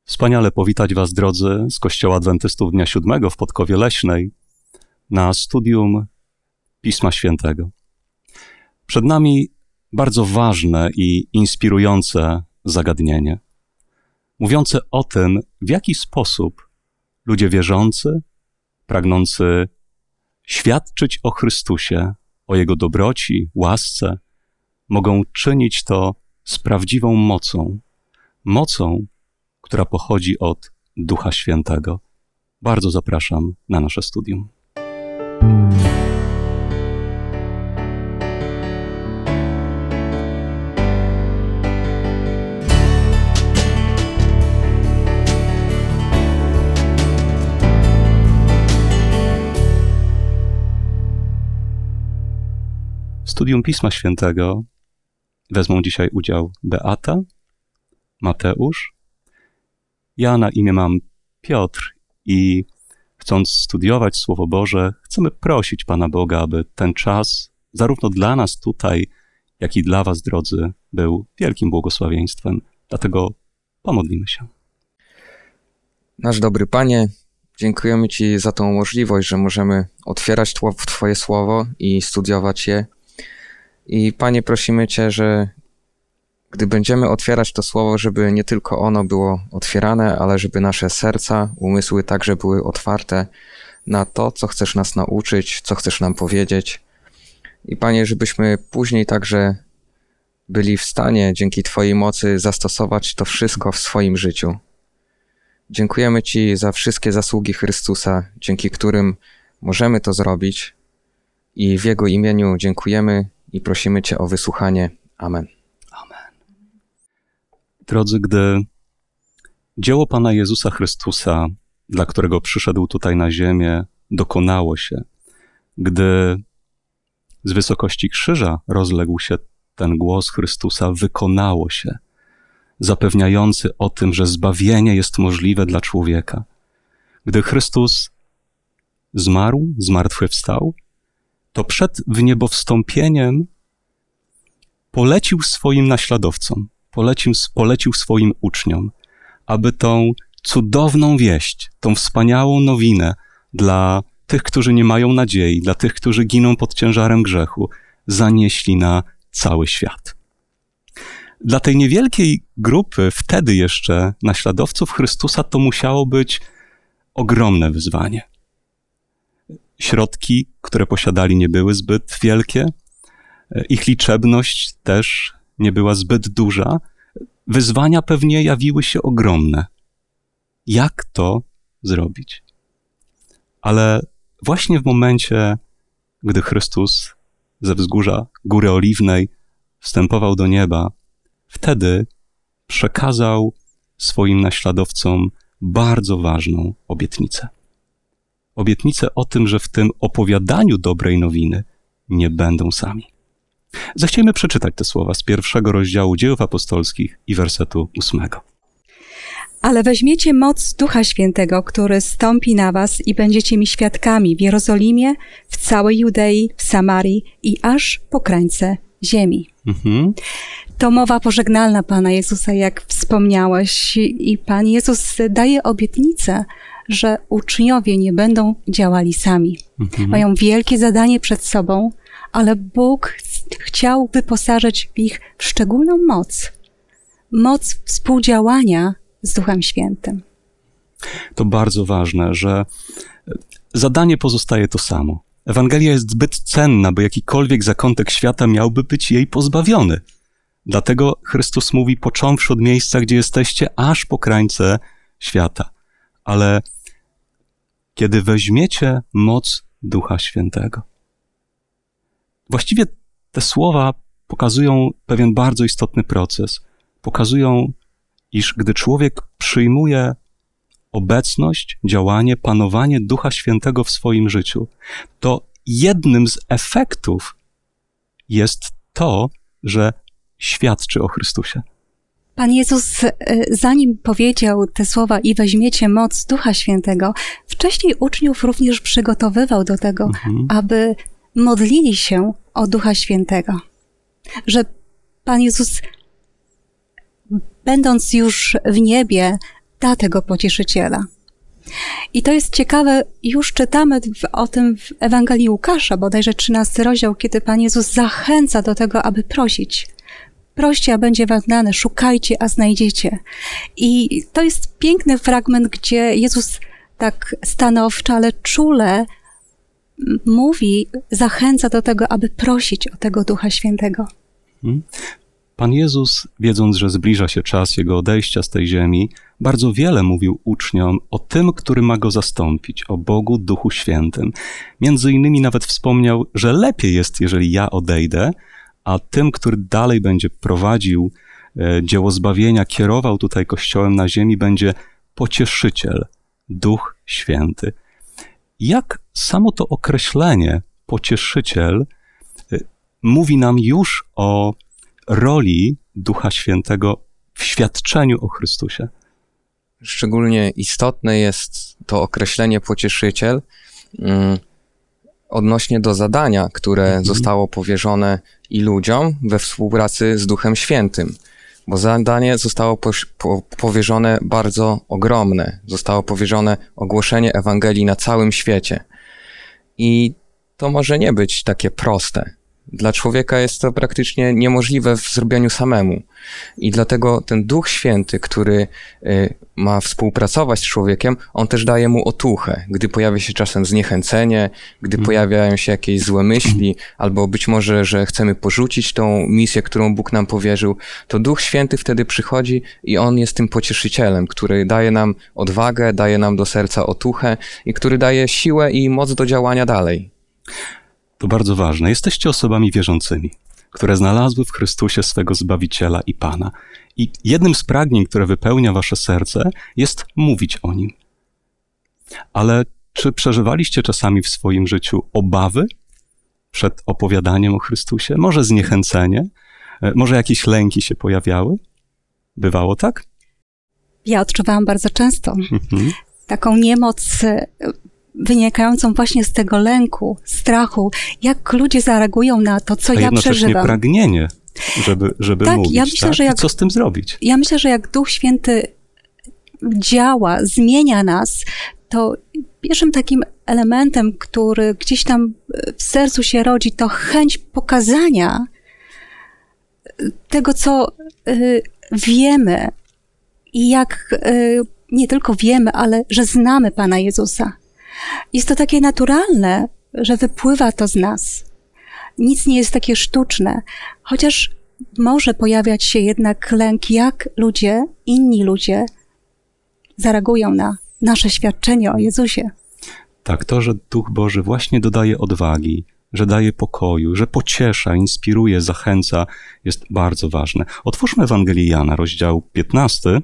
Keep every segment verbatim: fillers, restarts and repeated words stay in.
Wspaniale powitać Was, drodzy, z Kościoła Adwentystów Dnia Siódmego w Podkowie Leśnej na studium Pisma Świętego. Przed nami bardzo ważne i inspirujące zagadnienie, mówiące o tym, w jaki sposób ludzie wierzący, pragnący świadczyć o Chrystusie, o Jego dobroci, łasce, mogą czynić to z prawdziwą mocą, mocą, która pochodzi od Ducha Świętego. Bardzo zapraszam na nasze studium. W studium Pisma Świętego wezmą dzisiaj udział Beata, Mateusz. Ja na imię mam Piotr i chcąc studiować Słowo Boże, chcemy prosić Pana Boga, aby ten czas zarówno dla nas tutaj, jak i dla Was, drodzy, był wielkim błogosławieństwem. Dlatego pomodlimy się. Nasz dobry Panie, dziękujemy Ci za tą możliwość, że możemy otwierać Twoje Słowo i studiować je. I Panie, prosimy Cię, że gdy będziemy otwierać to Słowo, żeby nie tylko ono było otwierane, ale żeby nasze serca, umysły także były otwarte na to, co chcesz nas nauczyć, co chcesz nam powiedzieć. I Panie, żebyśmy później także byli w stanie dzięki Twojej mocy zastosować to wszystko w swoim życiu. Dziękujemy Ci za wszystkie zasługi Chrystusa, dzięki którym możemy to zrobić i w Jego imieniu dziękujemy i prosimy Cię o wysłuchanie. Amen. Drodzy, gdy dzieło Pana Jezusa Chrystusa, dla którego przyszedł tutaj na ziemię, dokonało się, gdy z wysokości krzyża rozległ się ten głos Chrystusa, wykonało się, zapewniający o tym, że zbawienie jest możliwe dla człowieka. Gdy Chrystus zmarł, zmartwychwstał, to przed wniebowstąpieniem polecił swoim naśladowcom, Polecił, polecił swoim uczniom, aby tą cudowną wieść, tą wspaniałą nowinę dla tych, którzy nie mają nadziei, dla tych, którzy giną pod ciężarem grzechu, zanieśli na cały świat. Dla tej niewielkiej grupy, wtedy jeszcze naśladowców Chrystusa, to musiało być ogromne wyzwanie. Środki, które posiadali, nie były zbyt wielkie, ich liczebność też nie była zbyt duża, wyzwania pewnie jawiły się ogromne. Jak to zrobić? Ale właśnie w momencie, gdy Chrystus ze wzgórza Góry Oliwnej wstępował do nieba, wtedy przekazał swoim naśladowcom bardzo ważną obietnicę. Obietnicę o tym, że w tym opowiadaniu dobrej nowiny nie będą sami. Zechciejmy przeczytać te słowa z pierwszego rozdziału Dziejów Apostolskich i wersetu ósmego. Ale weźmiecie moc Ducha Świętego, który stąpi na was i będziecie mi świadkami w Jerozolimie, w całej Judei, w Samarii i aż po krańce ziemi. Mhm. To mowa pożegnalna Pana Jezusa, jak wspomniałeś, i Pan Jezus daje obietnicę, że uczniowie nie będą działali sami. Mhm. Mają wielkie zadanie przed sobą, ale Bóg chciał wyposażyć ich w szczególną moc. Moc współdziałania z Duchem Świętym. To bardzo ważne, że zadanie pozostaje to samo. Ewangelia jest zbyt cenna, by jakikolwiek zakątek świata miałby być jej pozbawiony. Dlatego Chrystus mówi, począwszy od miejsca, gdzie jesteście, aż po krańce świata. Ale kiedy weźmiecie moc Ducha Świętego. Właściwie te słowa pokazują pewien bardzo istotny proces. Pokazują, iż gdy człowiek przyjmuje obecność, działanie, panowanie Ducha Świętego w swoim życiu, to jednym z efektów jest to, że świadczy o Chrystusie. Pan Jezus, zanim powiedział te słowa i weźmiecie moc Ducha Świętego, wcześniej uczniów również przygotowywał do tego, mhm. aby modlili się o Ducha Świętego. Że Pan Jezus, będąc już w niebie, da tego pocieszyciela. I to jest ciekawe, już czytamy w, o tym w Ewangelii Łukasza, bodajże trzynasty rozdział, kiedy Pan Jezus zachęca do tego, aby prosić. Proście, a będzie wam dane, szukajcie, a znajdziecie. I to jest piękny fragment, gdzie Jezus tak stanowczo, ale czule mówi, zachęca do tego, aby prosić o tego Ducha Świętego. Pan Jezus, wiedząc, że zbliża się czas Jego odejścia z tej ziemi, bardzo wiele mówił uczniom o tym, który ma Go zastąpić, o Bogu Duchu Świętym. Między innymi nawet wspomniał, że lepiej jest, jeżeli ja odejdę, a tym, który dalej będzie prowadził e, dzieło zbawienia, kierował tutaj Kościołem na ziemi, będzie Pocieszyciel, Duch Święty. Jak samo to określenie Pocieszyciel e, mówi nam już o roli Ducha Świętego w świadczeniu o Chrystusie. Szczególnie istotne jest to określenie Pocieszyciel mm, odnośnie do zadania, które mhm. zostało powierzone i ludziom we współpracy z Duchem Świętym. Bo zadanie zostało po, po, powierzone bardzo ogromne. Zostało powierzone ogłoszenie Ewangelii na całym świecie. I to może nie być takie proste. Dla człowieka jest to praktycznie niemożliwe w zrobieniu samemu. I dlatego ten Duch Święty, który y, ma współpracować z człowiekiem, on też daje mu otuchę. Gdy pojawia się czasem zniechęcenie, gdy mm. pojawiają się jakieś złe myśli, albo być może, że chcemy porzucić tą misję, którą Bóg nam powierzył, to Duch Święty wtedy przychodzi i on jest tym pocieszycielem, który daje nam odwagę, daje nam do serca otuchę i który daje siłę i moc do działania dalej. To bardzo ważne. Jesteście osobami wierzącymi, które znalazły w Chrystusie swego Zbawiciela i Pana. I jednym z pragnień, które wypełnia wasze serce, jest mówić o Nim. Ale czy przeżywaliście czasami w swoim życiu obawy przed opowiadaniem o Chrystusie? Może zniechęcenie? Może jakieś lęki się pojawiały? Bywało tak? Ja odczuwałam bardzo często Mhm. taką niemoc wynikającą właśnie z tego lęku, strachu, jak ludzie zareagują na to, co A ja jednocześnie przeżywam. pragnienie, żeby, żeby Tak, mówić. ja myślę, tak? że jak- I co z tym zrobić? Ja myślę, że jak Duch Święty działa, zmienia nas, to pierwszym takim elementem, który gdzieś tam w sercu się rodzi, to chęć pokazania tego, co y, wiemy i jak y, nie tylko wiemy, ale że znamy Pana Jezusa. Jest to takie naturalne, że wypływa to z nas. Nic nie jest takie sztuczne, chociaż może pojawiać się jednak lęk, jak ludzie, inni ludzie zareagują na nasze świadczenie o Jezusie. Tak, to, że Duch Boży właśnie dodaje odwagi, że daje pokoju, że pociesza, inspiruje, zachęca, jest bardzo ważne. Otwórzmy Ewangelię Jana, rozdział piętnasty.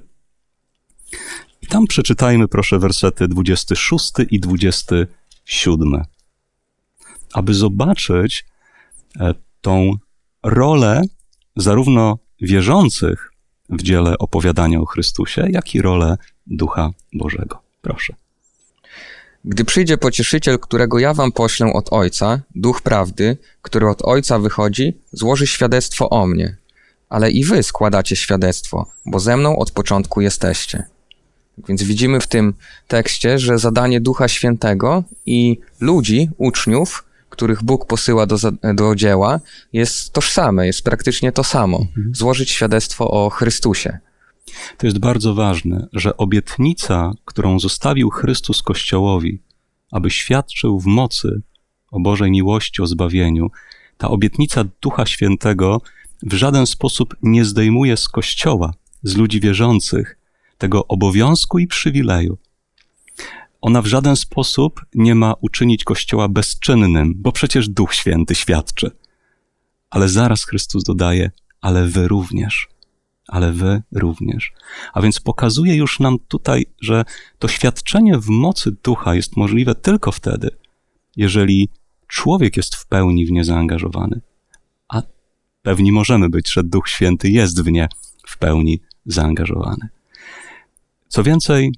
I tam przeczytajmy, proszę, wersety dwudziesty szósty i dwudziesty siódmy. Aby zobaczyć e, tą rolę zarówno wierzących w dziele opowiadania o Chrystusie, jak i rolę Ducha Bożego. Proszę. Gdy przyjdzie Pocieszyciel, którego ja wam poślę od Ojca, Duch Prawdy, który od Ojca wychodzi, złoży świadectwo o mnie. Ale i wy składacie świadectwo, bo ze mną od początku jesteście. Więc widzimy w tym tekście, że zadanie Ducha Świętego i ludzi, uczniów, których Bóg posyła do, do dzieła, jest tożsame, jest praktycznie to samo. Mhm. Złożyć świadectwo o Chrystusie. To jest bardzo ważne, że obietnica, którą zostawił Chrystus Kościołowi, aby świadczył w mocy o Bożej miłości, o zbawieniu, ta obietnica Ducha Świętego w żaden sposób nie zdejmuje z Kościoła, z ludzi wierzących, tego obowiązku i przywileju. Ona w żaden sposób nie ma uczynić Kościoła bezczynnym, bo przecież Duch Święty świadczy. Ale zaraz Chrystus dodaje, ale wy również. Ale wy również. A więc pokazuje już nam tutaj, że to świadczenie w mocy Ducha jest możliwe tylko wtedy, jeżeli człowiek jest w pełni w nie zaangażowany. A pewni możemy być, że Duch Święty jest w nie w pełni zaangażowany. Co więcej,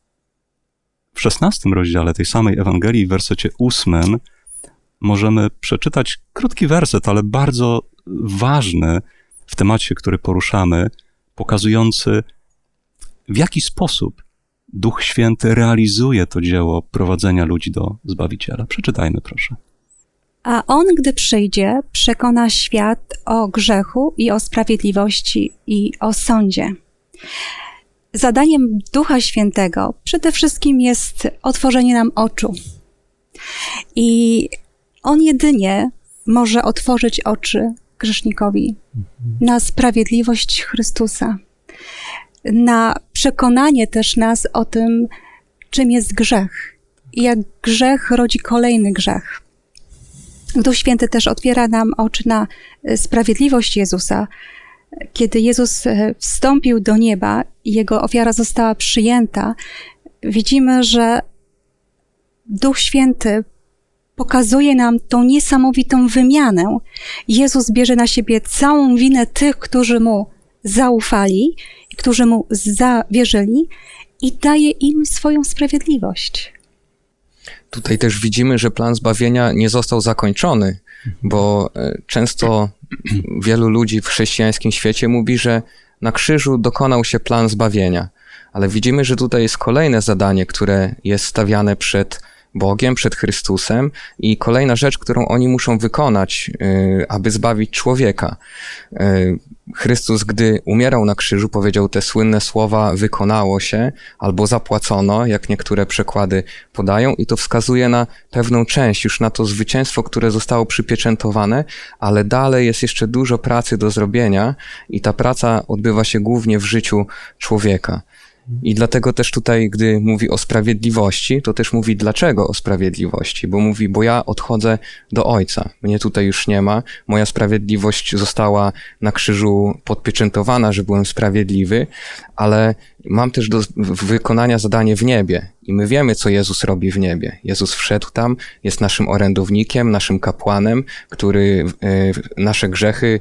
w szesnastym rozdziale tej samej Ewangelii, w wersecie ósmym, możemy przeczytać krótki werset, ale bardzo ważny w temacie, który poruszamy, pokazujący w jaki sposób Duch Święty realizuje to dzieło prowadzenia ludzi do Zbawiciela. Przeczytajmy, proszę. A On, gdy przyjdzie, przekona świat o grzechu i o sprawiedliwości i o sądzie. Zadaniem Ducha Świętego przede wszystkim jest otworzenie nam oczu. I On jedynie może otworzyć oczy grzesznikowi na sprawiedliwość Chrystusa, na przekonanie też nas o tym, czym jest grzech i jak grzech rodzi kolejny grzech. Duch Święty też otwiera nam oczy na sprawiedliwość Jezusa. Kiedy Jezus wstąpił do nieba i Jego ofiara została przyjęta, widzimy, że Duch Święty pokazuje nam tą niesamowitą wymianę. Jezus bierze na siebie całą winę tych, którzy Mu zaufali i którzy Mu zawierzyli i daje im swoją sprawiedliwość. Tutaj też widzimy, że plan zbawienia nie został zakończony, bo często wielu ludzi w chrześcijańskim świecie mówi, że na krzyżu dokonał się plan zbawienia. Ale widzimy, że tutaj jest kolejne zadanie, które jest stawiane przed Bogiem, przed Chrystusem i kolejna rzecz, którą oni muszą wykonać, aby zbawić człowieka. Chrystus, gdy umierał na krzyżu, powiedział te słynne słowa wykonało się albo zapłacono, jak niektóre przekłady podają i to wskazuje na pewną część, już na to zwycięstwo, które zostało przypieczętowane, ale dalej jest jeszcze dużo pracy do zrobienia i ta praca odbywa się głównie w życiu człowieka. I dlatego też tutaj, gdy mówi o sprawiedliwości, to też mówi dlaczego o sprawiedliwości, bo mówi, bo ja odchodzę do Ojca, mnie tutaj już nie ma, moja sprawiedliwość została na krzyżu podpieczętowana, że byłem sprawiedliwy, ale mam też do wykonania zadanie w niebie i my wiemy, co Jezus robi w niebie. Jezus wszedł tam, jest naszym orędownikiem, naszym kapłanem, który nasze grzechy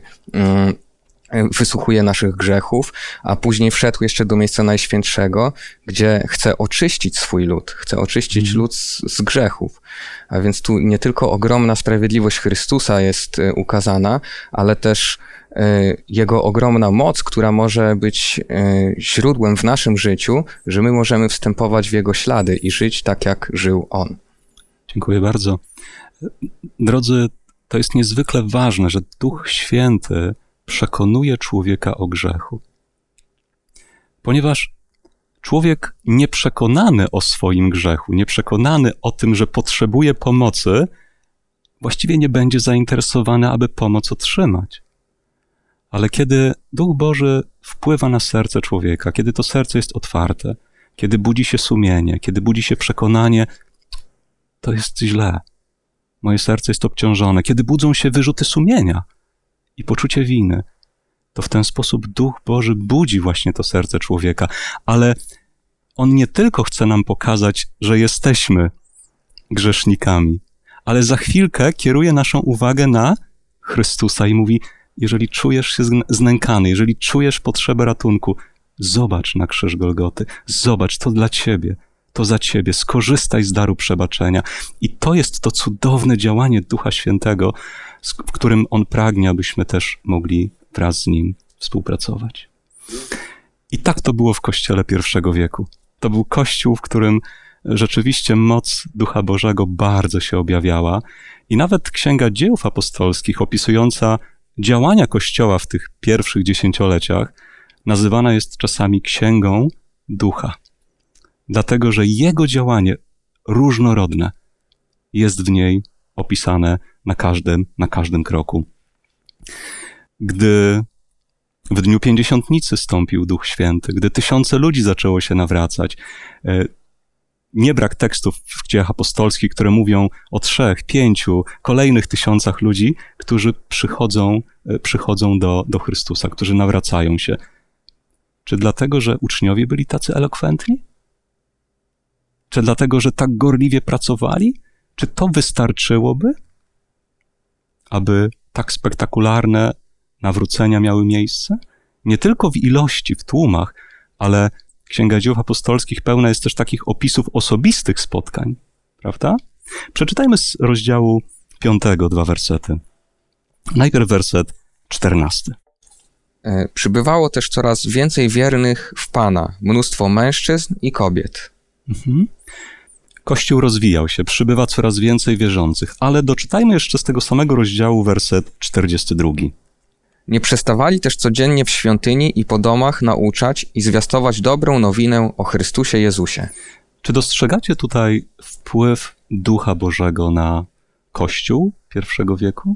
wysłuchuje naszych grzechów, a później wszedł jeszcze do miejsca Najświętszego, gdzie chce oczyścić swój lud, chce oczyścić mm. lud z, z grzechów. A więc tu nie tylko ogromna sprawiedliwość Chrystusa jest y, ukazana, ale też y, Jego ogromna moc, która może być y, źródłem w naszym życiu, że my możemy wstępować w Jego ślady i żyć tak, jak żył On. Dziękuję bardzo. Drodzy, to jest niezwykle ważne, że Duch Święty przekonuje człowieka o grzechu. Ponieważ człowiek nieprzekonany o swoim grzechu, nieprzekonany o tym, że potrzebuje pomocy, właściwie nie będzie zainteresowany, aby pomoc otrzymać. Ale kiedy Duch Boży wpływa na serce człowieka, kiedy to serce jest otwarte, kiedy budzi się sumienie, kiedy budzi się przekonanie, to jest źle, moje serce jest obciążone, kiedy budzą się wyrzuty sumienia i poczucie winy, to w ten sposób Duch Boży budzi właśnie to serce człowieka, ale On nie tylko chce nam pokazać, że jesteśmy grzesznikami, ale za chwilkę kieruje naszą uwagę na Chrystusa i mówi, jeżeli czujesz się znękany, jeżeli czujesz potrzebę ratunku, zobacz na krzyż Golgoty, zobacz, to dla ciebie, to za ciebie, skorzystaj z daru przebaczenia. I to jest to cudowne działanie Ducha Świętego, w którym On pragnie, abyśmy też mogli wraz z Nim współpracować. I tak to było w Kościele pierwszego wieku. To był Kościół, w którym rzeczywiście moc Ducha Bożego bardzo się objawiała i nawet Księga Dziejów Apostolskich opisująca działania Kościoła w tych pierwszych dziesięcioleciach nazywana jest czasami Księgą Ducha. Dlatego, że Jego działanie różnorodne jest w niej opisane na każdym, na każdym kroku. Gdy w dniu Pięćdziesiątnicy stąpił Duch Święty, gdy tysiące ludzi zaczęło się nawracać, nie brak tekstów w Dziejach Apostolskich, które mówią o trzech, pięciu, kolejnych tysiącach ludzi, którzy przychodzą, przychodzą do, do Chrystusa, którzy nawracają się. Czy dlatego, że uczniowie byli tacy elokwentni? Czy dlatego, że tak gorliwie pracowali? Czy to wystarczyłoby, aby tak spektakularne nawrócenia miały miejsce? Nie tylko w ilości, w tłumach, ale Księga Dziejów Apostolskich pełna jest też takich opisów osobistych spotkań, prawda? Przeczytajmy z rozdziału piątego dwa wersety. Najpierw werset czternasty. Przybywało też coraz więcej wiernych w Pana, mnóstwo mężczyzn i kobiet. Mhm. Kościół rozwijał się, przybywa coraz więcej wierzących, ale doczytajmy jeszcze z tego samego rozdziału werset czterdziesty drugi. Nie przestawali też codziennie w świątyni i po domach nauczać i zwiastować dobrą nowinę o Chrystusie Jezusie. Czy dostrzegacie tutaj wpływ Ducha Bożego na Kościół pierwszego wieku?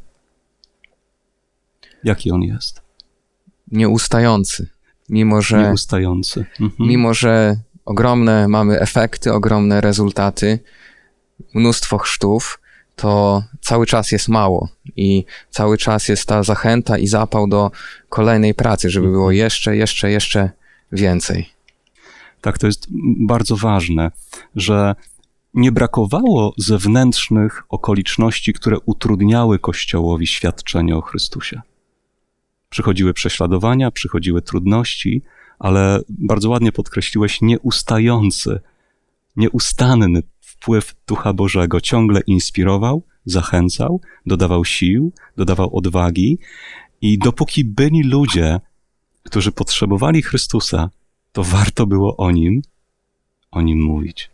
Jaki on jest? Nieustający. Mimo, że, Nieustający. Mhm. mimo, że ogromne mamy efekty, ogromne rezultaty, mnóstwo chrztów, to cały czas jest mało i cały czas jest ta zachęta i zapał do kolejnej pracy, żeby było jeszcze, jeszcze, jeszcze więcej. Tak, to jest bardzo ważne, że nie brakowało zewnętrznych okoliczności, które utrudniały Kościołowi świadczenie o Chrystusie. Przychodziły prześladowania, przychodziły trudności, ale bardzo ładnie podkreśliłeś nieustający, nieustanny wpływ Ducha Bożego ciągle inspirował, zachęcał, dodawał sił, dodawał odwagi i dopóki byli ludzie, którzy potrzebowali Chrystusa, to warto było o Nim, o Nim mówić.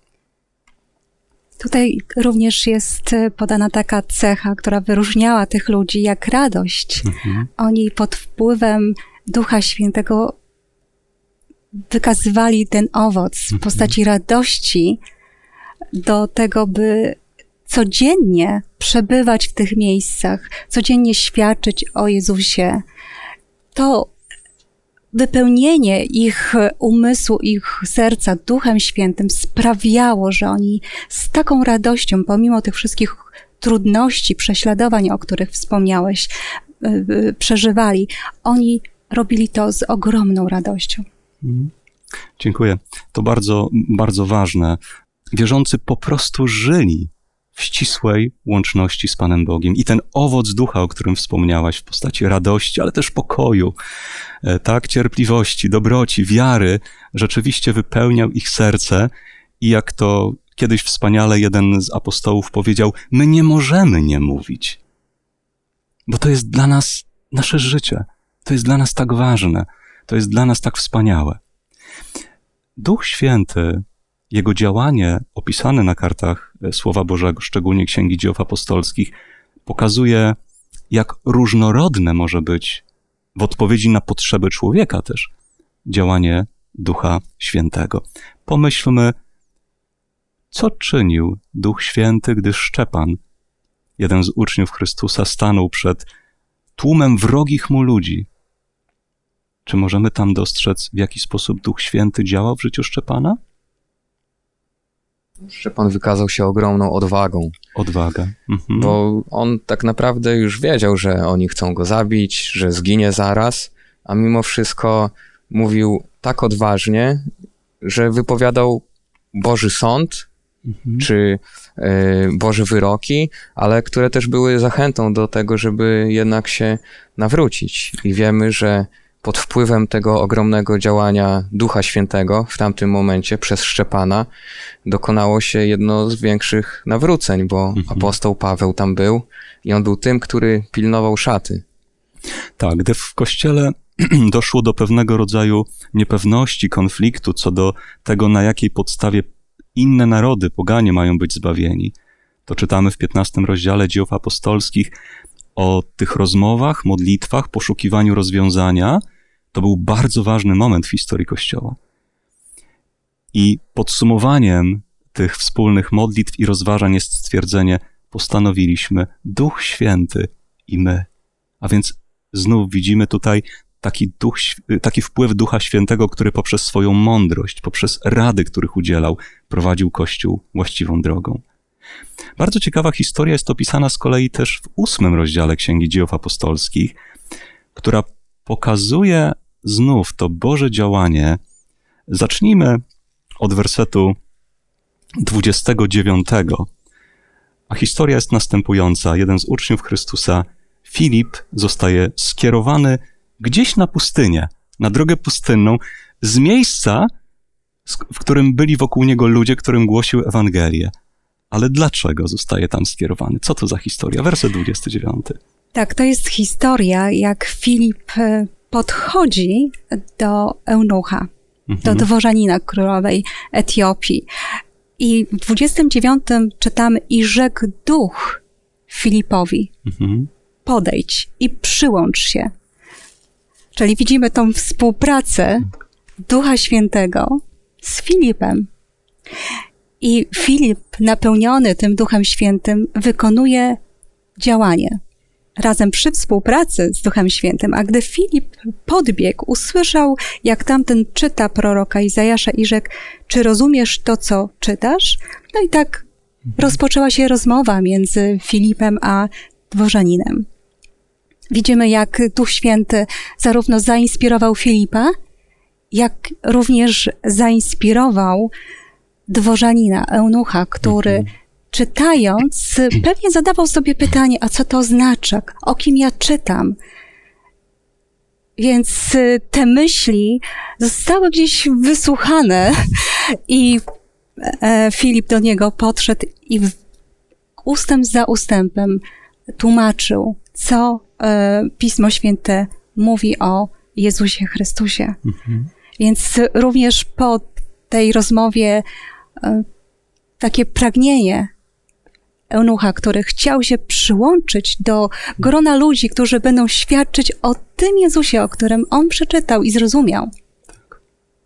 Tutaj również jest podana taka cecha, która wyróżniała tych ludzi, jak radość. Mhm. Oni pod wpływem Ducha Świętego wykazywali ten owoc w postaci radości do tego, by codziennie przebywać w tych miejscach, codziennie świadczyć o Jezusie. To wypełnienie ich umysłu, ich serca Duchem Świętym sprawiało, że oni z taką radością, pomimo tych wszystkich trudności, prześladowań, o których wspomniałeś, przeżywali, oni robili to z ogromną radością. Dziękuję. To bardzo, bardzo ważne. Wierzący po prostu żyli w ścisłej łączności z Panem Bogiem. I ten owoc ducha, o którym wspomniałaś, w postaci radości, ale też pokoju, tak, cierpliwości, dobroci, wiary, rzeczywiście wypełniał ich serce. I jak to kiedyś wspaniale jeden z apostołów powiedział, my nie możemy nie mówić, bo to jest dla nas nasze życie. To jest dla nas tak ważne. To jest dla nas tak wspaniałe. Duch Święty, Jego działanie opisane na kartach Słowa Bożego, szczególnie Księgi Dziejów Apostolskich, pokazuje, jak różnorodne może być w odpowiedzi na potrzeby człowieka też działanie Ducha Świętego. Pomyślmy, co czynił Duch Święty, gdy Szczepan, jeden z uczniów Chrystusa, stanął przed tłumem wrogich mu ludzi. Czy możemy tam dostrzec, w jaki sposób Duch Święty działał w życiu Szczepana? Szczepan wykazał się ogromną odwagą. Odwaga. Mhm. Bo on tak naprawdę już wiedział, że oni chcą go zabić, że zginie zaraz, a mimo wszystko mówił tak odważnie, że wypowiadał Boży sąd, mhm. czy y, Boże wyroki, ale które też były zachętą do tego, żeby jednak się nawrócić. I wiemy, że pod wpływem tego ogromnego działania Ducha Świętego w tamtym momencie przez Szczepana dokonało się jedno z większych nawróceń, bo mhm. apostoł Paweł tam był i on był tym, który pilnował szaty. Tak, gdy w Kościele doszło do pewnego rodzaju niepewności, konfliktu co do tego, na jakiej podstawie inne narody, poganie mają być zbawieni, to czytamy w piętnastym rozdziale Dziejów Apostolskich o tych rozmowach, modlitwach, poszukiwaniu rozwiązania. To był bardzo ważny moment w historii Kościoła. I podsumowaniem tych wspólnych modlitw i rozważań jest stwierdzenie, postanowiliśmy Duch Święty i my. A więc znów widzimy tutaj taki, duch, taki wpływ Ducha Świętego, który poprzez swoją mądrość, poprzez rady, których udzielał, prowadził Kościół właściwą drogą. Bardzo ciekawa historia jest opisana z kolei też w ósmym rozdziale Księgi Dziejów Apostolskich, która pokazuje znów to Boże działanie. Zacznijmy od wersetu dwudziestego dziewiątego. A historia jest następująca. Jeden z uczniów Chrystusa, Filip, zostaje skierowany gdzieś na pustynię, na drogę pustynną, z miejsca, w którym byli wokół niego ludzie, którym głosił Ewangelię. Ale dlaczego zostaje tam skierowany? Co to za historia? Werset dwudziesty dziewiąty. Tak, to jest historia, jak Filip podchodzi do eunucha, Mhm. do dworzanina królowej Etiopii. I w dwudziestym dziewiątym czytamy: i rzekł duch Filipowi, Mhm. podejdź i przyłącz się. Czyli widzimy tą współpracę Ducha Świętego z Filipem. I Filip, napełniony tym Duchem Świętym, wykonuje działanie razem przy współpracy z Duchem Świętym. A gdy Filip podbiegł, usłyszał, jak tamten czyta proroka Izajasza i rzekł: czy rozumiesz to, co czytasz? No i tak rozpoczęła się rozmowa między Filipem a dworzaninem. Widzimy, jak Duch Święty zarówno zainspirował Filipa, jak również zainspirował dworzanina, eunucha, który mhm. czytając pewnie zadawał sobie pytanie: a co to oznacza? O kim ja czytam? Więc te myśli zostały gdzieś wysłuchane i Filip do niego podszedł i ustęp za ustępem tłumaczył, co Pismo Święte mówi o Jezusie Chrystusie. Mhm. Więc również po tej rozmowie takie pragnienie eunucha, który chciał się przyłączyć do grona ludzi, którzy będą świadczyć o tym Jezusie, o którym on przeczytał i zrozumiał. Tak.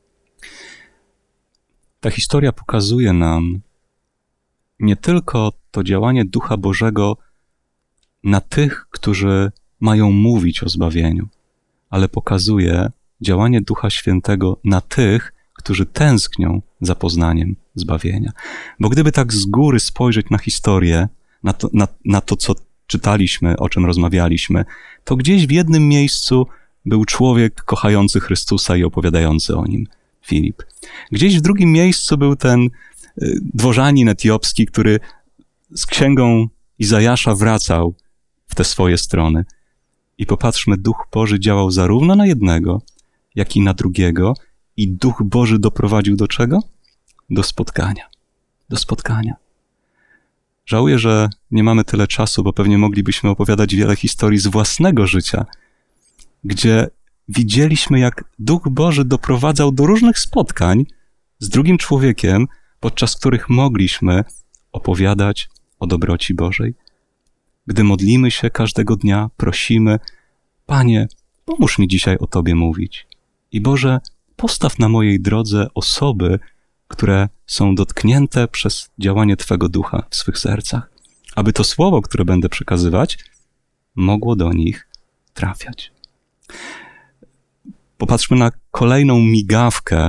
Ta historia pokazuje nam nie tylko to działanie Ducha Bożego na tych, którzy mają mówić o zbawieniu, ale pokazuje działanie Ducha Świętego na tych, którzy tęsknią za poznaniem zbawienia. Bo gdyby tak z góry spojrzeć na historię, na to, na, na to, co czytaliśmy, o czym rozmawialiśmy, to gdzieś w jednym miejscu był człowiek kochający Chrystusa i opowiadający o nim, Filip. Gdzieś w drugim miejscu był ten y, dworzanin etiopski, który z księgą Izajasza wracał w te swoje strony. I popatrzmy, Duch Boży działał zarówno na jednego, jak i na drugiego, i Duch Boży doprowadził do czego? Do spotkania. Do spotkania. Żałuję, że nie mamy tyle czasu, bo pewnie moglibyśmy opowiadać wiele historii z własnego życia, gdzie widzieliśmy, jak Duch Boży doprowadzał do różnych spotkań z drugim człowiekiem, podczas których mogliśmy opowiadać o dobroci Bożej. Gdy modlimy się każdego dnia, prosimy: Panie, pomóż mi dzisiaj o Tobie mówić. I Boże, postaw na mojej drodze osoby, które są dotknięte przez działanie Twego Ducha w swych sercach, aby to słowo, które będę przekazywać, mogło do nich trafiać. Popatrzmy na kolejną migawkę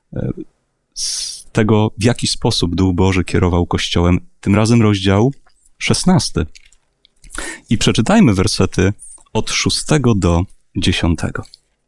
z tego, w jaki sposób Duch Boży kierował Kościołem, tym razem rozdział szesnasty. I przeczytajmy wersety od szóstego do dziesiątego.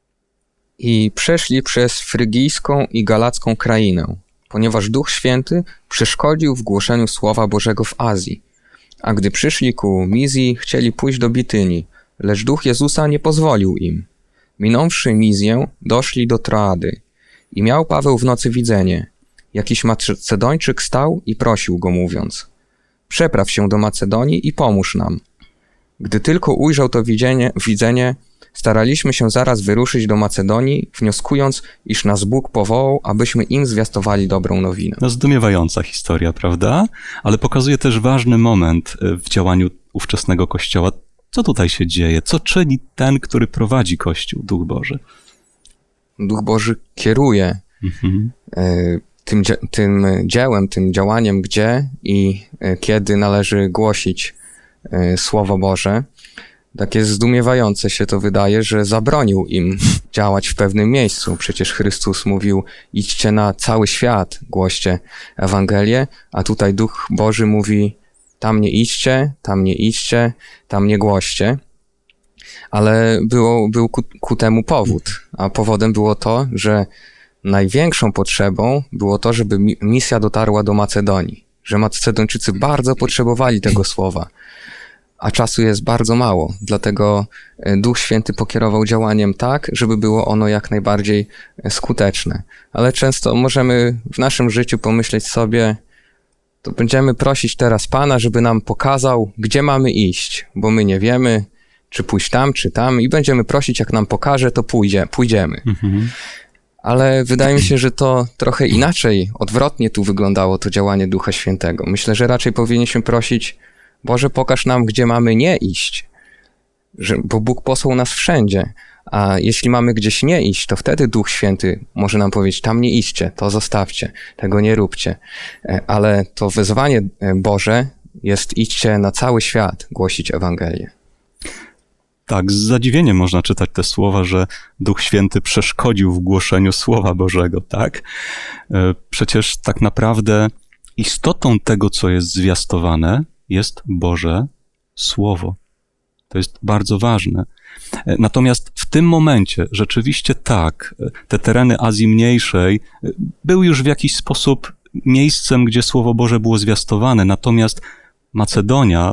I przeszli przez frygijską i galacką krainę, ponieważ Duch Święty przeszkodził w głoszeniu Słowa Bożego w Azji. A gdy przyszli ku Mizji, chcieli pójść do Bityni, lecz Duch Jezusa nie pozwolił im. Minąwszy Mizję, doszli do Troady. I miał Paweł w nocy widzenie. Jakiś Macedończyk stał i prosił go, mówiąc: przepraw się do Macedonii i pomóż nam. Gdy tylko ujrzał to widzenie, widzenie, staraliśmy się zaraz wyruszyć do Macedonii, wnioskując, iż nas Bóg powołał, abyśmy im zwiastowali dobrą nowinę. No, zdumiewająca historia, prawda? Ale pokazuje też ważny moment w działaniu ówczesnego Kościoła. Co tutaj się dzieje? Co czyni ten, który prowadzi Kościół, Duch Boży? Duch Boży kieruje mhm. tym, tym dziełem, tym działaniem, gdzie i kiedy należy głosić Słowo Boże. Takie zdumiewające się to wydaje, że zabronił im działać w pewnym miejscu. Przecież Chrystus mówił: idźcie na cały świat, głoście Ewangelię, a tutaj Duch Boży mówi: tam nie idźcie, tam nie idźcie, tam nie głoście. Ale było, był ku, ku temu powód, a powodem było to, że największą potrzebą było to, żeby misja dotarła do Macedonii, że Macedończycy bardzo potrzebowali tego słowa. A czasu jest bardzo mało, dlatego Duch Święty pokierował działaniem tak, żeby było ono jak najbardziej skuteczne. Ale często możemy w naszym życiu pomyśleć sobie: to będziemy prosić teraz Pana, żeby nam pokazał, gdzie mamy iść, bo my nie wiemy, czy pójść tam, czy tam i będziemy prosić, jak nam pokaże, to pójdzie, pójdziemy. Mhm. Ale wydaje mi się, że to trochę inaczej, odwrotnie tu wyglądało to działanie Ducha Świętego. Myślę, że raczej powinniśmy prosić, Boże, pokaż nam, gdzie mamy nie iść, że, bo Bóg posłał nas wszędzie. A jeśli mamy gdzieś nie iść, to wtedy Duch Święty może nam powiedzieć, tam nie idźcie, to zostawcie, tego nie róbcie. Ale to wezwanie Boże jest idźcie na cały świat, głosić Ewangelię. Tak, z zadziwieniem można czytać te słowa, że Duch Święty przeszkodził w głoszeniu Słowa Bożego, tak? Przecież tak naprawdę istotą tego, co jest zwiastowane, jest Boże Słowo. To jest bardzo ważne. Natomiast w tym momencie rzeczywiście tak, te tereny Azji Mniejszej były już w jakiś sposób miejscem, gdzie Słowo Boże było zwiastowane, natomiast Macedonia,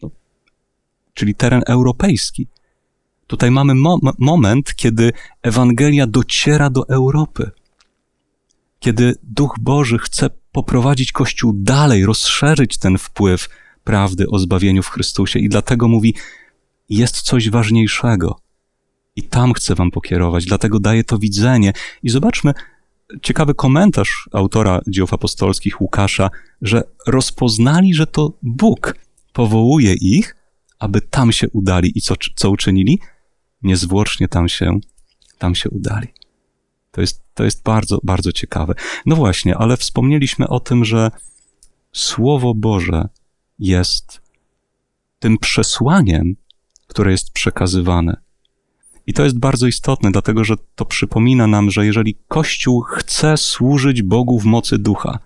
czyli teren europejski, tutaj mamy mo- moment, kiedy Ewangelia dociera do Europy, kiedy Duch Boży chce poprowadzić Kościół dalej, rozszerzyć ten wpływ prawdy o zbawieniu w Chrystusie i dlatego mówi, jest coś ważniejszego i tam chcę wam pokierować, dlatego daję to widzenie. I zobaczmy ciekawy komentarz autora Dzieł Apostolskich Łukasza, że rozpoznali, że to Bóg powołuje ich, aby tam się udali i co, co uczynili? Niezwłocznie tam się, tam się udali. To jest, to jest bardzo, bardzo ciekawe. No właśnie, ale wspomnieliśmy o tym, że Słowo Boże jest tym przesłaniem, które jest przekazywane. I to jest bardzo istotne, dlatego że to przypomina nam, że jeżeli Kościół chce służyć Bogu w mocy Ducha,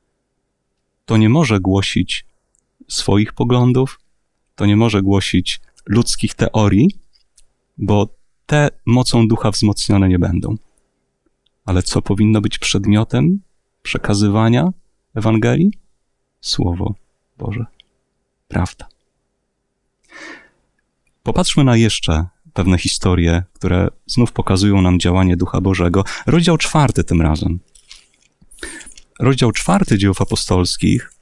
to nie może głosić swoich poglądów, to nie może głosić ludzkich teorii, bo te mocą Ducha wzmocnione nie będą. Ale co powinno być przedmiotem przekazywania Ewangelii? Słowo Boże. Prawda. Popatrzmy na jeszcze pewne historie, które znów pokazują nam działanie Ducha Bożego. Rozdział czwarty tym razem. Rozdział czwarty Dziejów Apostolskich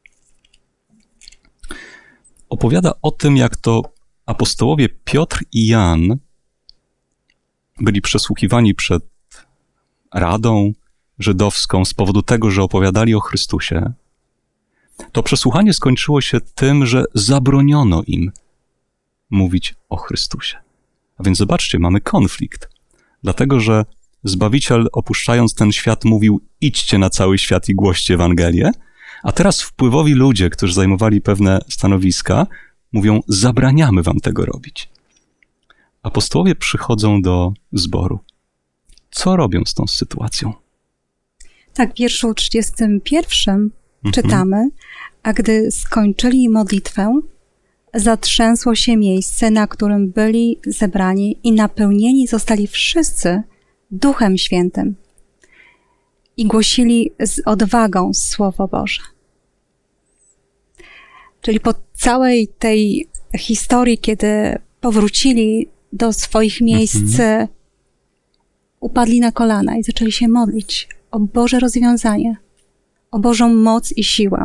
opowiada o tym, jak to apostołowie Piotr i Jan byli przesłuchiwani przed Radą Żydowską z powodu tego, że opowiadali o Chrystusie. To przesłuchanie skończyło się tym, że zabroniono im mówić o Chrystusie. A więc zobaczcie, mamy konflikt. Dlatego, że Zbawiciel, opuszczając ten świat, mówił, idźcie na cały świat i głoście Ewangelię, a teraz wpływowi ludzie, którzy zajmowali pewne stanowiska, mówią, zabraniamy wam tego robić. Apostołowie przychodzą do zboru. Co robią z tą sytuacją? Tak, w wierszu trzydziestym pierwszym Mhm. czytamy, a gdy skończyli modlitwę, zatrzęsło się miejsce, na którym byli zebrani i napełnieni zostali wszyscy Duchem Świętym i głosili z odwagą Słowo Boże. Czyli po całej tej historii, kiedy powrócili do swoich miejsc, mhm. upadli na kolana i zaczęli się modlić o Boże rozwiązanie, o Bożą moc i siłę.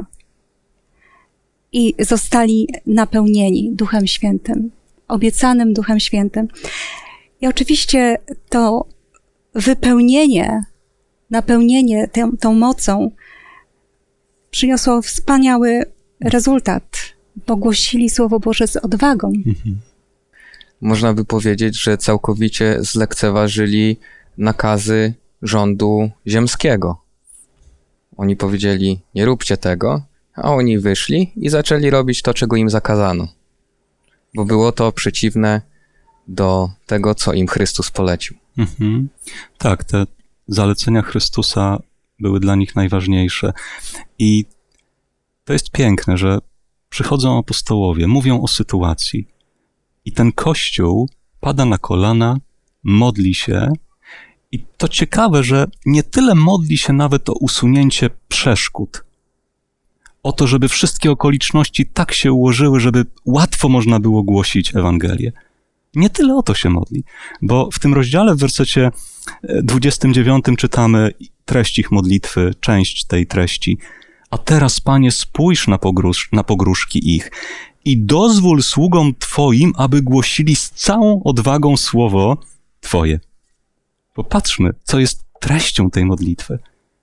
I zostali napełnieni Duchem Świętym, obiecanym Duchem Świętym. I oczywiście to wypełnienie, napełnienie tą, tą mocą przyniosło wspaniały rezultat, bo głosili Słowo Boże z odwagą. Mhm. Można by powiedzieć, że całkowicie zlekceważyli nakazy rządu ziemskiego. Oni powiedzieli, nie róbcie tego, a oni wyszli i zaczęli robić to, czego im zakazano. Bo było to przeciwne do tego, co im Chrystus polecił. Mhm. Tak, te zalecenia Chrystusa były dla nich najważniejsze. I to jest piękne, że przychodzą apostołowie, mówią o sytuacji i ten Kościół pada na kolana, modli się i to ciekawe, że nie tyle modli się nawet o usunięcie przeszkód, o to, żeby wszystkie okoliczności tak się ułożyły, żeby łatwo można było głosić Ewangelię. Nie tyle o to się modli, bo w tym rozdziale w wersecie dwudziestym dziewiątym czytamy treść ich modlitwy, część tej treści, A teraz, Panie, spójrz na, pogróż, na pogróżki ich i dozwól sługom Twoim, aby głosili z całą odwagą słowo Twoje. Popatrzmy, co jest treścią tej modlitwy.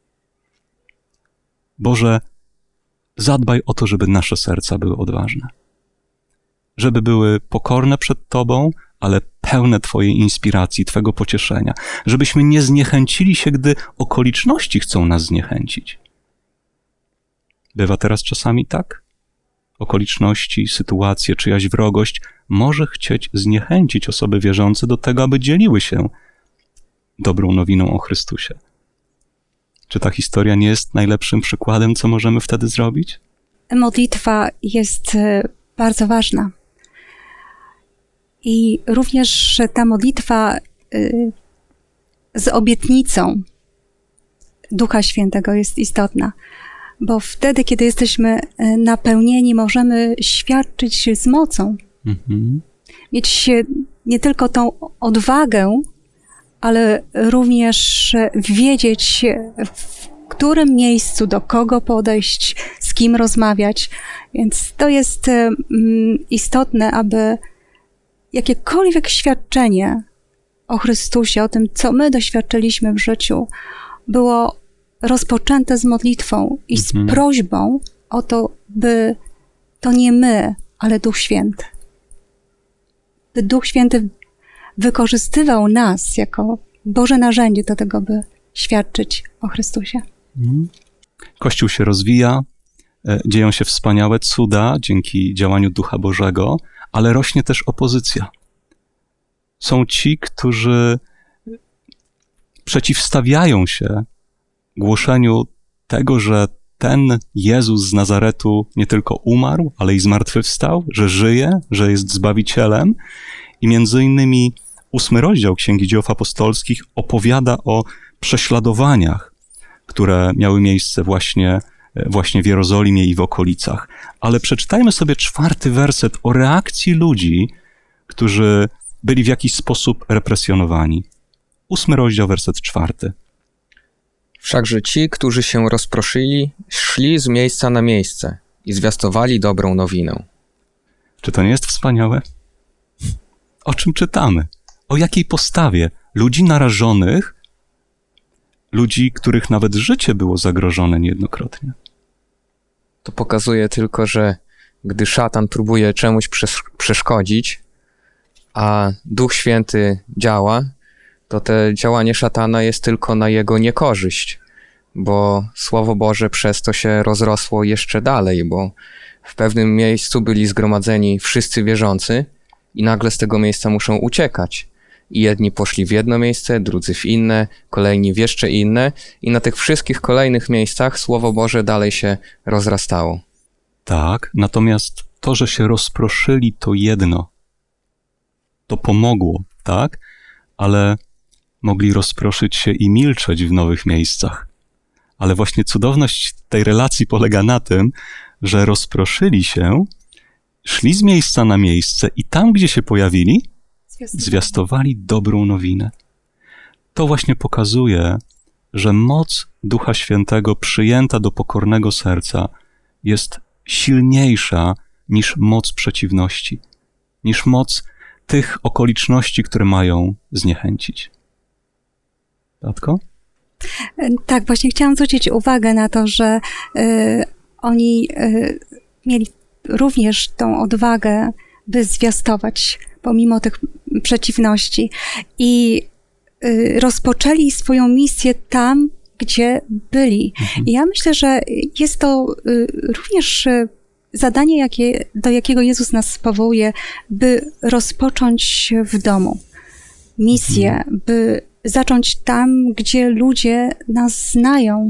Boże, zadbaj o to, żeby nasze serca były odważne. Żeby były pokorne przed Tobą, ale pełne Twojej inspiracji, Twego pocieszenia. Żebyśmy nie zniechęcili się, gdy okoliczności chcą nas zniechęcić. Bywa teraz czasami tak? Okoliczności, sytuacje, czyjaś wrogość może chcieć zniechęcić osoby wierzące do tego, aby dzieliły się dobrą nowiną o Chrystusie. Czy ta historia nie jest najlepszym przykładem, co możemy wtedy zrobić? Modlitwa jest bardzo ważna. I również ta modlitwa z obietnicą Ducha Świętego jest istotna, bo wtedy, kiedy jesteśmy napełnieni, możemy świadczyć z mocą. Mhm. Mieć nie tylko tą odwagę, ale również wiedzieć, w którym miejscu, do kogo podejść, z kim rozmawiać. Więc to jest istotne, aby jakiekolwiek świadczenie o Chrystusie, o tym, co my doświadczyliśmy w życiu, było rozpoczęte z modlitwą i z mhm. prośbą o to, by to nie my, ale Duch Święty. By Duch Święty wykorzystywał nas jako Boże narzędzie do tego, by świadczyć o Chrystusie. Kościół się rozwija, dzieją się wspaniałe cuda dzięki działaniu Ducha Bożego, ale rośnie też opozycja. Są ci, którzy przeciwstawiają się głoszeniu tego, że ten Jezus z Nazaretu nie tylko umarł, ale i zmartwychwstał, że żyje, że jest Zbawicielem. I między innymi ósmy rozdział Księgi Dziejów Apostolskich opowiada o prześladowaniach, które miały miejsce właśnie, właśnie w Jerozolimie i w okolicach. Ale przeczytajmy sobie czwarty werset o reakcji ludzi, którzy byli w jakiś sposób represjonowani. Ósmy rozdział, werset czwarty. Wszakże ci, którzy się rozproszyli, szli z miejsca na miejsce i zwiastowali dobrą nowinę. Czy to nie jest wspaniałe? O czym czytamy? O jakiej postawie? Ludzi narażonych, ludzi, których nawet życie było zagrożone niejednokrotnie. To pokazuje tylko, że gdy szatan próbuje czemuś przeszkodzić, a Duch Święty działa, to te działanie szatana jest tylko na jego niekorzyść, bo Słowo Boże przez to się rozrosło jeszcze dalej, bo w pewnym miejscu byli zgromadzeni wszyscy wierzący i nagle z tego miejsca muszą uciekać. I jedni poszli w jedno miejsce, drudzy w inne, kolejni w jeszcze inne i na tych wszystkich kolejnych miejscach Słowo Boże dalej się rozrastało. Tak, natomiast to, że się rozproszyli, to jedno. To pomogło, tak? Ale mogli rozproszyć się i milczeć w nowych miejscach. Ale właśnie cudowność tej relacji polega na tym, że rozproszyli się, szli z miejsca na miejsce i tam, gdzie się pojawili, zwiastowali, zwiastowali dobrą nowinę. To właśnie pokazuje, że moc Ducha Świętego przyjęta do pokornego serca jest silniejsza niż moc przeciwności, niż moc tych okoliczności, które mają zniechęcić. Tatko? Tak, właśnie chciałam zwrócić uwagę na to, że y, oni y, mieli również tą odwagę, by zwiastować pomimo tych przeciwności i y, rozpoczęli swoją misję tam, gdzie byli. Mhm. I ja myślę, że jest to y, również y, zadanie, jakie, do jakiego Jezus nas powołuje, by rozpocząć w domu misję, mhm. by zacząć tam, gdzie ludzie nas znają.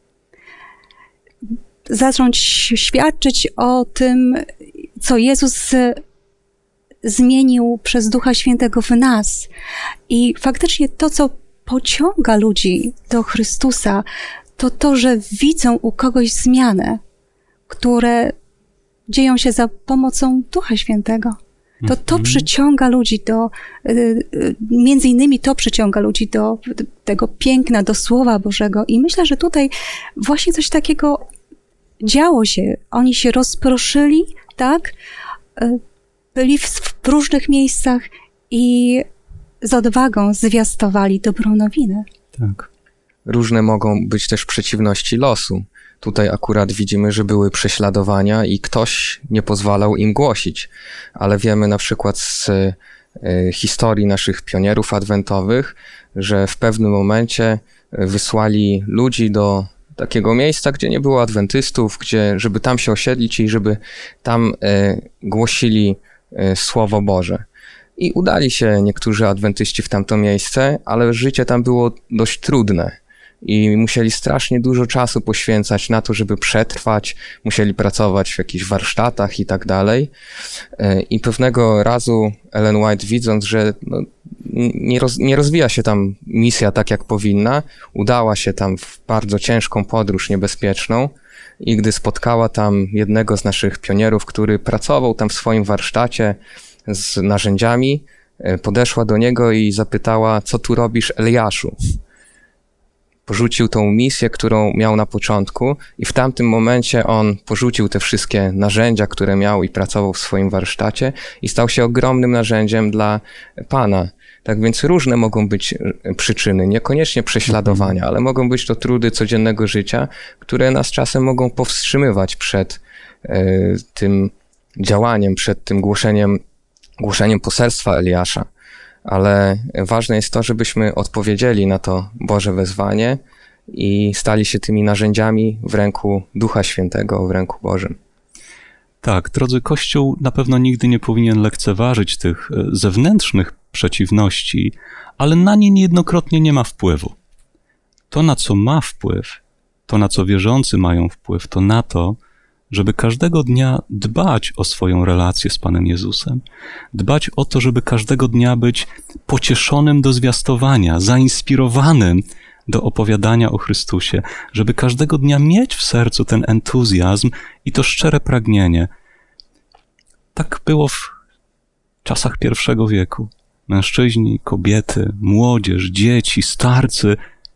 Zacząć świadczyć o tym, co Jezus zmienił przez Ducha Świętego w nas. I faktycznie to, co pociąga ludzi do Chrystusa, to to, że widzą u kogoś zmianę, które dzieją się za pomocą Ducha Świętego. To to przyciąga ludzi do, między innymi to przyciąga ludzi do tego piękna, do Słowa Bożego. I myślę, że tutaj właśnie coś takiego działo się. Oni się rozproszyli, tak? Byli w, w różnych miejscach i z odwagą zwiastowali dobrą nowinę. Tak. Różne mogą być też przeciwności losu. Tutaj akurat widzimy, że były prześladowania i ktoś nie pozwalał im głosić. Ale wiemy na przykład z y, historii naszych pionierów adwentowych, że w pewnym momencie wysłali ludzi do takiego miejsca, gdzie nie było adwentystów, gdzie, żeby tam się osiedlić i żeby tam y, głosili y, Słowo Boże. I udali się niektórzy adwentyści w tamto miejsce, ale życie tam było dość trudne. I musieli strasznie dużo czasu poświęcać na to, żeby przetrwać, musieli pracować w jakichś warsztatach i tak dalej. I pewnego razu Ellen White, widząc, że no, nie, roz, nie rozwija się tam misja tak, jak powinna, udała się tam w bardzo ciężką podróż niebezpieczną i gdy spotkała tam jednego z naszych pionierów, który pracował tam w swoim warsztacie z narzędziami, podeszła do niego i zapytała, co tu robisz, Eliaszu? Porzucił tą misję, którą miał na początku i w tamtym momencie on porzucił te wszystkie narzędzia, które miał i pracował w swoim warsztacie i stał się ogromnym narzędziem dla Pana. Tak więc różne mogą być przyczyny, niekoniecznie prześladowania, ale mogą być to trudy codziennego życia, które nas czasem mogą powstrzymywać przed y, tym działaniem, przed tym głoszeniem, głoszeniem poselstwa Eliasza. Ale ważne jest to, żebyśmy odpowiedzieli na to Boże wezwanie i stali się tymi narzędziami w ręku Ducha Świętego, w ręku Bożym. Tak, drodzy, Kościół na pewno nigdy nie powinien lekceważyć tych zewnętrznych przeciwności, ale na nie niejednokrotnie nie ma wpływu. To, na co ma wpływ, to, na co wierzący mają wpływ, to na to, żeby każdego dnia dbać o swoją relację z Panem Jezusem, dbać o to, żeby każdego dnia być pocieszonym do zwiastowania, zainspirowanym do opowiadania o Chrystusie, żeby każdego dnia mieć w sercu ten entuzjazm i to szczere pragnienie. Tak było w czasach pierwszego wieku. Mężczyźni, kobiety, młodzież, dzieci, starcy,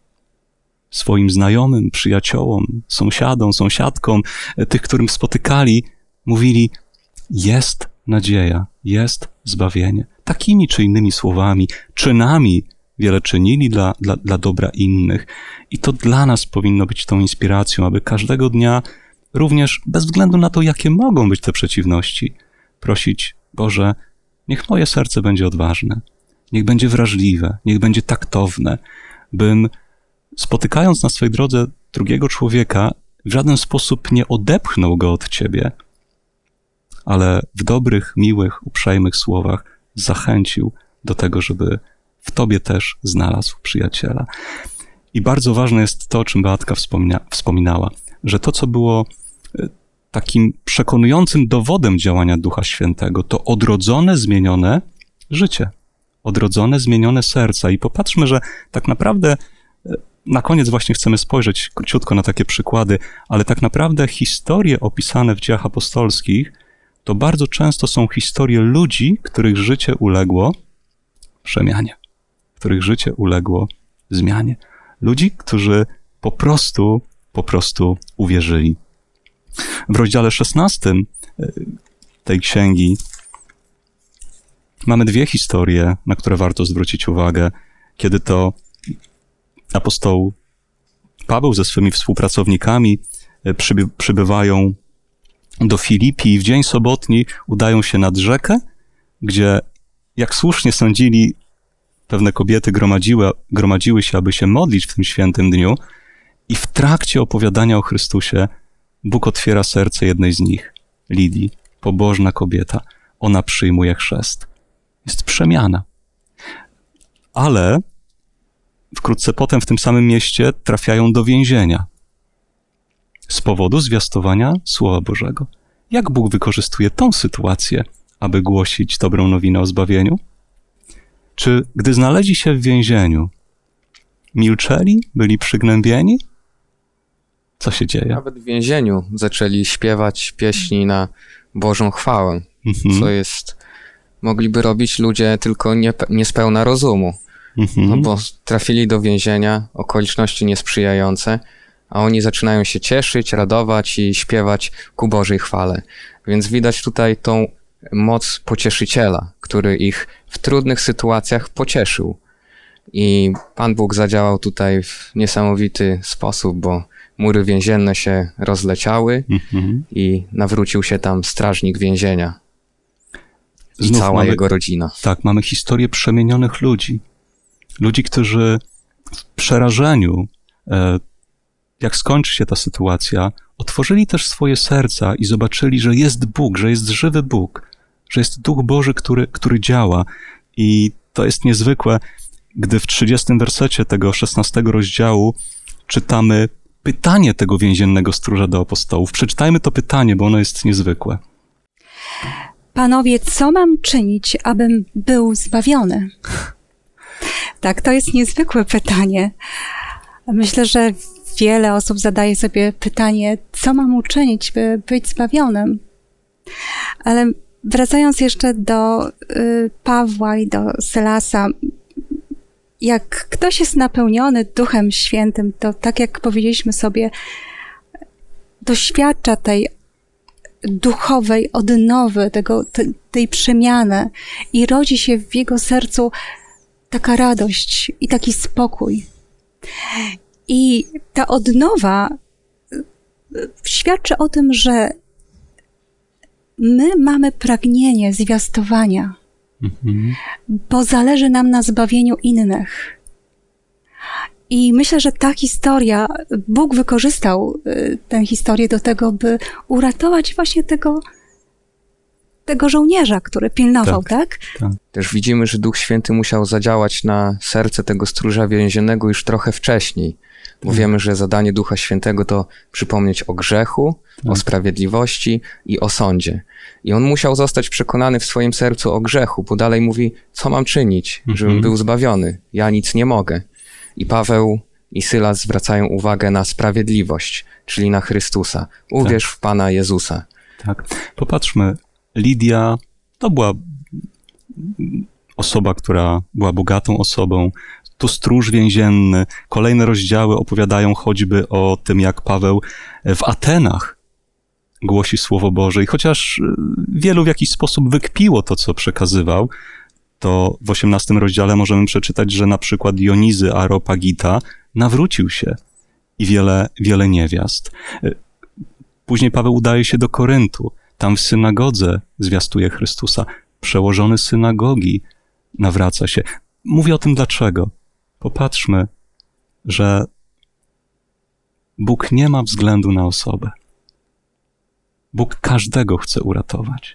swoim znajomym, przyjaciołom, sąsiadom, sąsiadkom, tych, którym spotykali, mówili, jest nadzieja, jest zbawienie. Takimi czy innymi słowami, czynami wiele czynili dla, dla, dla dobra innych. I to dla nas powinno być tą inspiracją, aby każdego dnia, również bez względu na to, jakie mogą być te przeciwności, prosić, Boże, niech moje serce będzie odważne, niech będzie wrażliwe, niech będzie taktowne, bym spotykając na swojej drodze drugiego człowieka, w żaden sposób nie odepchnął go od Ciebie, ale w dobrych, miłych, uprzejmych słowach zachęcił do tego, żeby w Tobie też znalazł przyjaciela. I bardzo ważne jest to, o czym Beatka wspomnia, wspominała, że to, co było takim przekonującym dowodem działania Ducha Świętego, to odrodzone, zmienione życie. Odrodzone, zmienione serca. I popatrzmy, że tak naprawdę na koniec właśnie chcemy spojrzeć króciutko na takie przykłady, ale tak naprawdę historie opisane w Dziejach Apostolskich to bardzo często są historie ludzi, których życie uległo przemianie, których życie uległo zmianie. Ludzi, którzy po prostu, po prostu uwierzyli. W rozdziale szesnastym tej księgi mamy dwie historie, na które warto zwrócić uwagę, kiedy to apostoł Paweł ze swymi współpracownikami przyby, przybywają do Filipi i w dzień sobotni udają się nad rzekę, gdzie, jak słusznie sądzili, pewne kobiety gromadziły, gromadziły się, aby się modlić w tym świętym dniu i w trakcie opowiadania o Chrystusie Bóg otwiera serce jednej z nich, Lidii, pobożna kobieta. Ona przyjmuje chrzest. Jest przemiana. Ale wkrótce potem w tym samym mieście trafiają do więzienia z powodu zwiastowania Słowa Bożego. Jak Bóg wykorzystuje tą sytuację, aby głosić dobrą nowinę o zbawieniu? Czy gdy znaleźli się w więzieniu, milczeli, byli przygnębieni? Co się dzieje? Nawet w więzieniu zaczęli śpiewać pieśni na Bożą chwałę, mhm. co jest, mogliby robić ludzie tylko nie, niespełna rozumu. Mhm. No bo trafili do więzienia, okoliczności niesprzyjające, a oni zaczynają się cieszyć, radować i śpiewać ku Bożej chwale. Więc widać tutaj tą moc pocieszyciela, który ich w trudnych sytuacjach pocieszył. I Pan Bóg zadziałał tutaj w niesamowity sposób, bo mury więzienne się rozleciały mm-hmm. i nawrócił się tam strażnik więzienia i Znów cała mamy, jego rodzina. Tak, mamy historię przemienionych ludzi. Ludzi, którzy w przerażeniu, jak skończy się ta sytuacja, otworzyli też swoje serca i zobaczyli, że jest Bóg, że jest żywy Bóg, że jest Duch Boży, który, który działa. I to jest niezwykłe, gdy w trzydziestym wersecie tego szesnastego rozdziału czytamy pytanie tego więziennego stróża do apostołów. Przeczytajmy to pytanie, bo ono jest niezwykłe. Panowie, co mam czynić, abym był zbawiony? Tak, to jest niezwykłe pytanie. Myślę, że wiele osób zadaje sobie pytanie, co mam uczynić, by być zbawionym? Ale wracając jeszcze do y, Pawła i do Sylasa, jak ktoś jest napełniony Duchem Świętym, to tak jak powiedzieliśmy sobie, doświadcza tej duchowej odnowy, tego, te, tej przemiany i rodzi się w jego sercu taka radość i taki spokój. I ta odnowa świadczy o tym, że my mamy pragnienie zwiastowania, mhm. bo zależy nam na zbawieniu innych. I myślę, że ta historia, Bóg wykorzystał tę historię do tego, by uratować właśnie tego, tego żołnierza, który pilnował, tak, tak? tak? Też widzimy, że Duch Święty musiał zadziałać na serce tego stróża więziennego już trochę wcześniej. Bo tak. wiemy, że zadanie Ducha Świętego to przypomnieć o grzechu, tak. o sprawiedliwości i o sądzie. I on musiał zostać przekonany w swoim sercu o grzechu, bo dalej mówi, co mam czynić, mhm. żebym był zbawiony. Ja nic nie mogę. I Paweł i Sylas zwracają uwagę na sprawiedliwość, czyli na Chrystusa. Uwierz tak. w Pana Jezusa. Tak. Popatrzmy, Lidia to była osoba, która była bogatą osobą. Tu stróż więzienny. Kolejne rozdziały opowiadają choćby o tym, jak Paweł w Atenach głosi Słowo Boże. I chociaż wielu w jakiś sposób wykpiło to, co przekazywał, to w osiemnastym rozdziale możemy przeczytać, że na przykład Dionizy Areopagita nawrócił się i wiele, wiele niewiast. Później Paweł udaje się do Koryntu. Tam w synagodze zwiastuje Chrystusa. Przełożony synagogi nawraca się. Mówię o tym dlaczego. Popatrzmy, że Bóg nie ma względu na osobę. Bóg każdego chce uratować.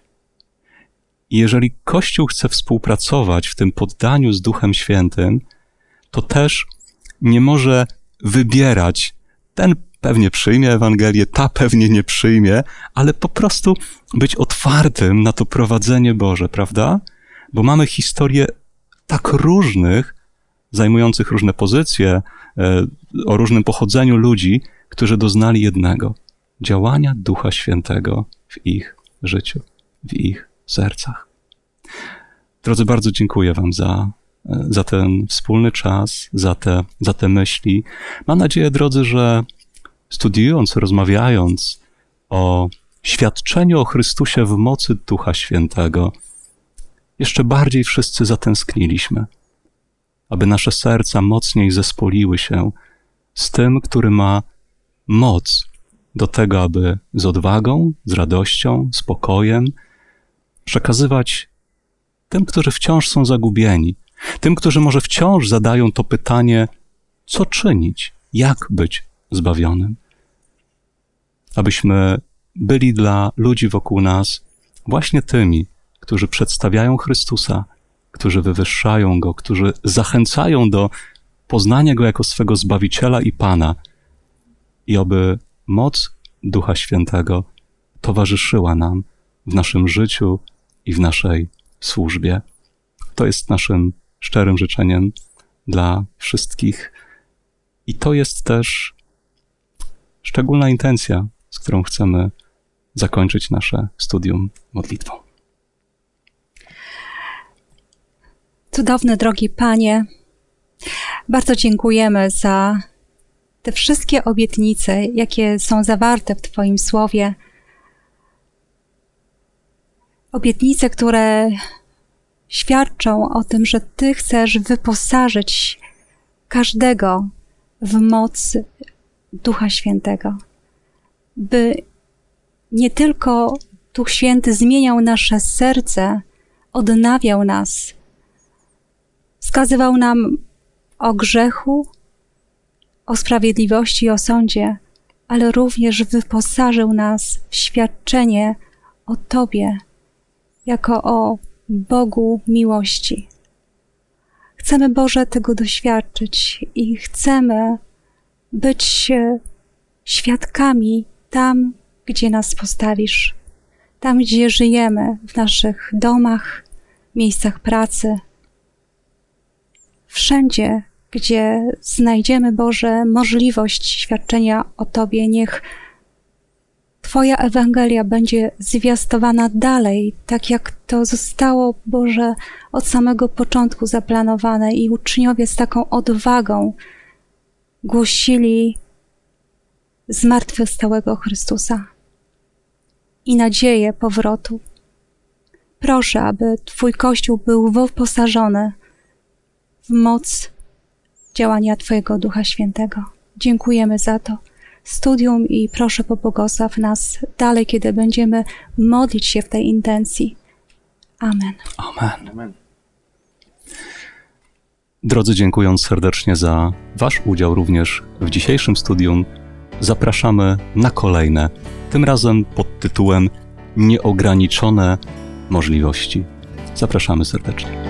I jeżeli Kościół chce współpracować w tym poddaniu z Duchem Świętym, to też nie może wybierać, ten pewnie przyjmie Ewangelię, ta pewnie nie przyjmie, ale po prostu być otwartym na to prowadzenie Boże, prawda? Bo mamy historię tak różnych, zajmujących różne pozycje, o różnym pochodzeniu ludzi, którzy doznali jednego, działania Ducha Świętego w ich życiu, w ich sercach. Drodzy, bardzo dziękuję wam za, za ten wspólny czas, za te, za te myśli. Mam nadzieję, drodzy, że studiując, rozmawiając o świadczeniu o Chrystusie w mocy Ducha Świętego, jeszcze bardziej wszyscy zatęskniliśmy, aby nasze serca mocniej zespoliły się z tym, który ma moc do tego, aby z odwagą, z radością, spokojem przekazywać tym, którzy wciąż są zagubieni, tym, którzy może wciąż zadają to pytanie, co czynić, jak być zbawionym. Abyśmy byli dla ludzi wokół nas właśnie tymi, którzy przedstawiają Chrystusa, którzy wywyższają Go, którzy zachęcają do poznania Go jako swego Zbawiciela i Pana i oby moc Ducha Świętego towarzyszyła nam w naszym życiu i w naszej służbie. To jest naszym szczerym życzeniem dla wszystkich i to jest też szczególna intencja, z którą chcemy zakończyć nasze studium modlitwą. Cudowny, drogi Panie, bardzo dziękujemy za te wszystkie obietnice, jakie są zawarte w Twoim słowie, obietnice, które świadczą o tym, że Ty chcesz wyposażyć każdego w moc Ducha Świętego, by nie tylko Duch Święty zmieniał nasze serce, odnawiał nas, wskazywał nam o grzechu, o sprawiedliwości i o sądzie, ale również wyposażył nas w świadczenie o Tobie, jako o Bogu miłości. Chcemy, Boże, tego doświadczyć i chcemy być świadkami tam, gdzie nas postawisz, tam, gdzie żyjemy, w naszych domach, miejscach pracy, wszędzie, gdzie znajdziemy, Boże, możliwość świadczenia o Tobie. Niech Twoja Ewangelia będzie zwiastowana dalej, tak jak to zostało, Boże, od samego początku zaplanowane i uczniowie z taką odwagą głosili zmartwychwstałego Chrystusa i nadzieję powrotu. Proszę, aby Twój Kościół był wyposażony w moc działania Twojego Ducha Świętego. Dziękujemy za to studium i proszę, pobłogosław nas dalej, kiedy będziemy modlić się w tej intencji. Amen. Amen. Amen. Drodzy, dziękując serdecznie za Wasz udział również w dzisiejszym studium, zapraszamy na kolejne, tym razem pod tytułem Nieograniczone możliwości. Zapraszamy serdecznie.